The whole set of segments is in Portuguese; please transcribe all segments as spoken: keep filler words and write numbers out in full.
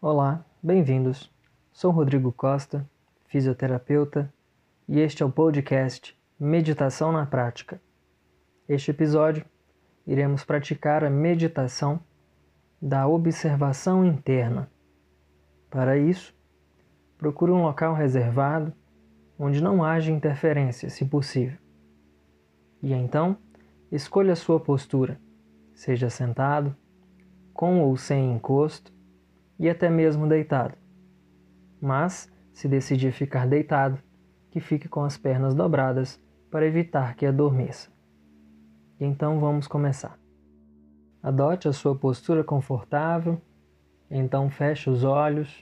Olá, bem-vindos. Sou Rodrigo Costa, fisioterapeuta, e este é o podcast Meditação na Prática. Este episódio, iremos praticar a meditação da observação interna. Para isso, procure um local reservado, onde não haja interferência, se possível. E então, escolha a sua postura, seja sentado, com ou sem encosto, e até mesmo deitado. Mas, se decidir ficar deitado, que fique com as pernas dobradas para evitar que adormeça. E então vamos começar. Adote a sua postura confortável, então feche os olhos,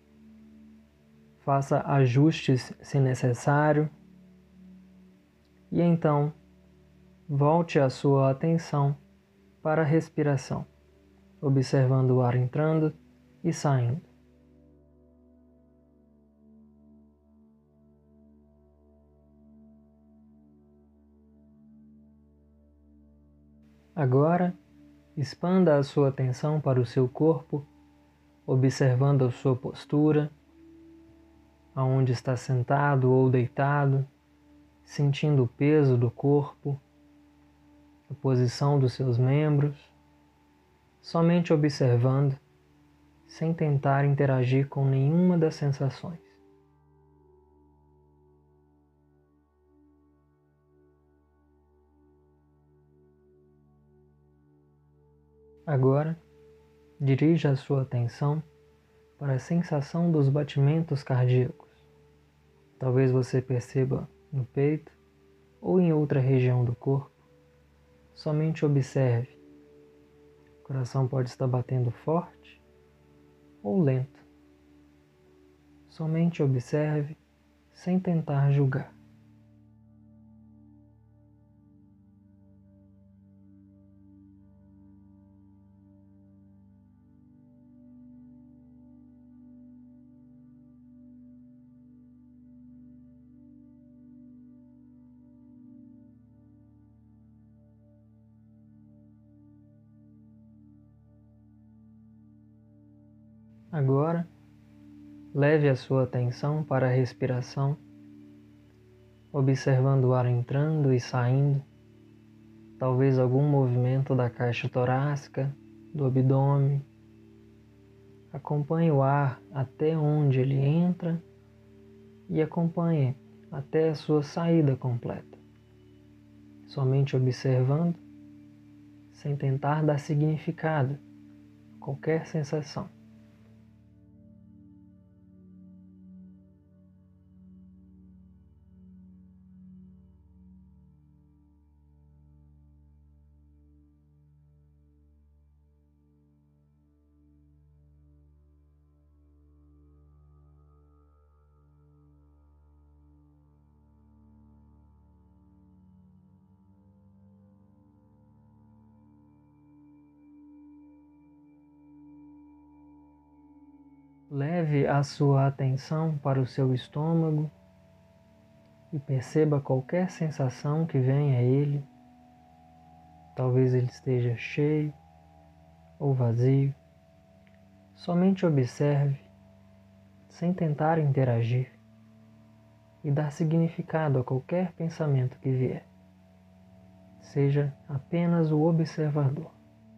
faça ajustes se necessário, e então volte a sua atenção para a respiração, observando o ar entrando e saindo. Agora, expanda a sua atenção para o seu corpo, observando a sua postura, aonde está sentado ou deitado, sentindo o peso do corpo, a posição dos seus membros, somente observando, sem tentar interagir com nenhuma das sensações. Agora, dirija a sua atenção para a sensação dos batimentos cardíacos. Talvez você perceba no peito ou em outra região do corpo. Somente observe. O coração pode estar batendo forte ou lento. Somente observe, sem tentar julgar. Agora, leve a sua atenção para a respiração, observando o ar entrando e saindo, talvez algum movimento da caixa torácica, do abdômen. Acompanhe o ar até onde ele entra e acompanhe até a sua saída completa, somente observando, sem tentar dar significado a qualquer sensação. Leve a sua atenção para o seu estômago e perceba qualquer sensação que venha a ele. Talvez ele esteja cheio ou vazio. Somente observe, sem tentar interagir, e dar significado a qualquer pensamento que vier. Seja apenas o observador.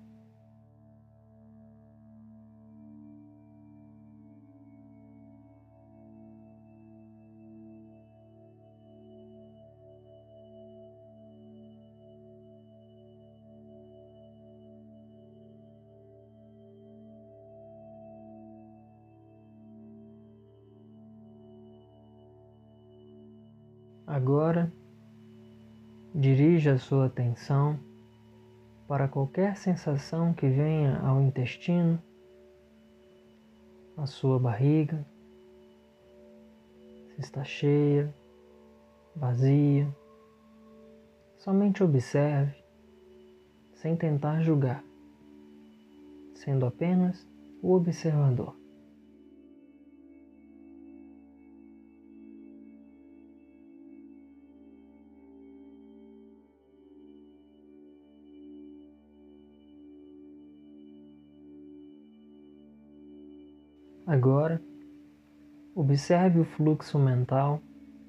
Agora, dirija a sua atenção para qualquer sensação que venha ao intestino, à sua barriga, se está cheia, vazia. Somente observe, sem tentar julgar, sendo apenas o observador. Agora, observe o fluxo mental,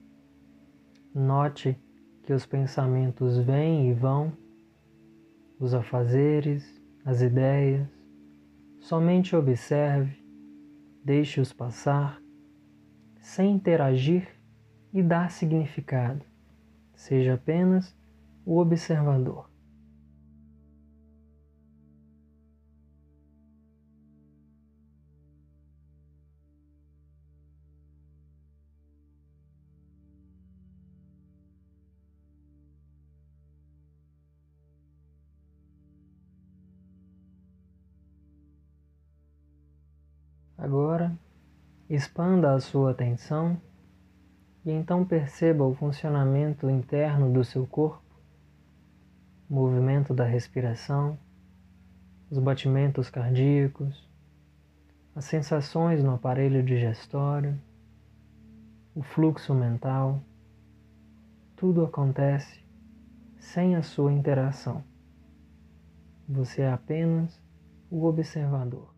note que os pensamentos vêm e vão, os afazeres, as ideias. Somente observe, deixe-os passar, sem interagir e dar significado. Seja apenas o observador. Agora, expanda a sua atenção e então perceba o funcionamento interno do seu corpo, o movimento da respiração, os batimentos cardíacos, as sensações no aparelho digestório, o fluxo mental. Tudo acontece sem a sua interação. Você é apenas o observador.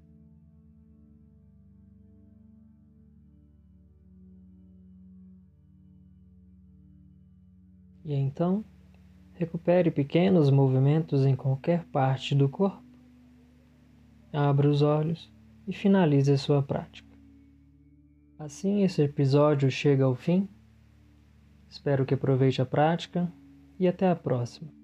E então, recupere pequenos movimentos em qualquer parte do corpo. Abra os olhos e finalize a sua prática. Assim, esse episódio chega ao fim. Espero que aproveite a prática e até a próxima.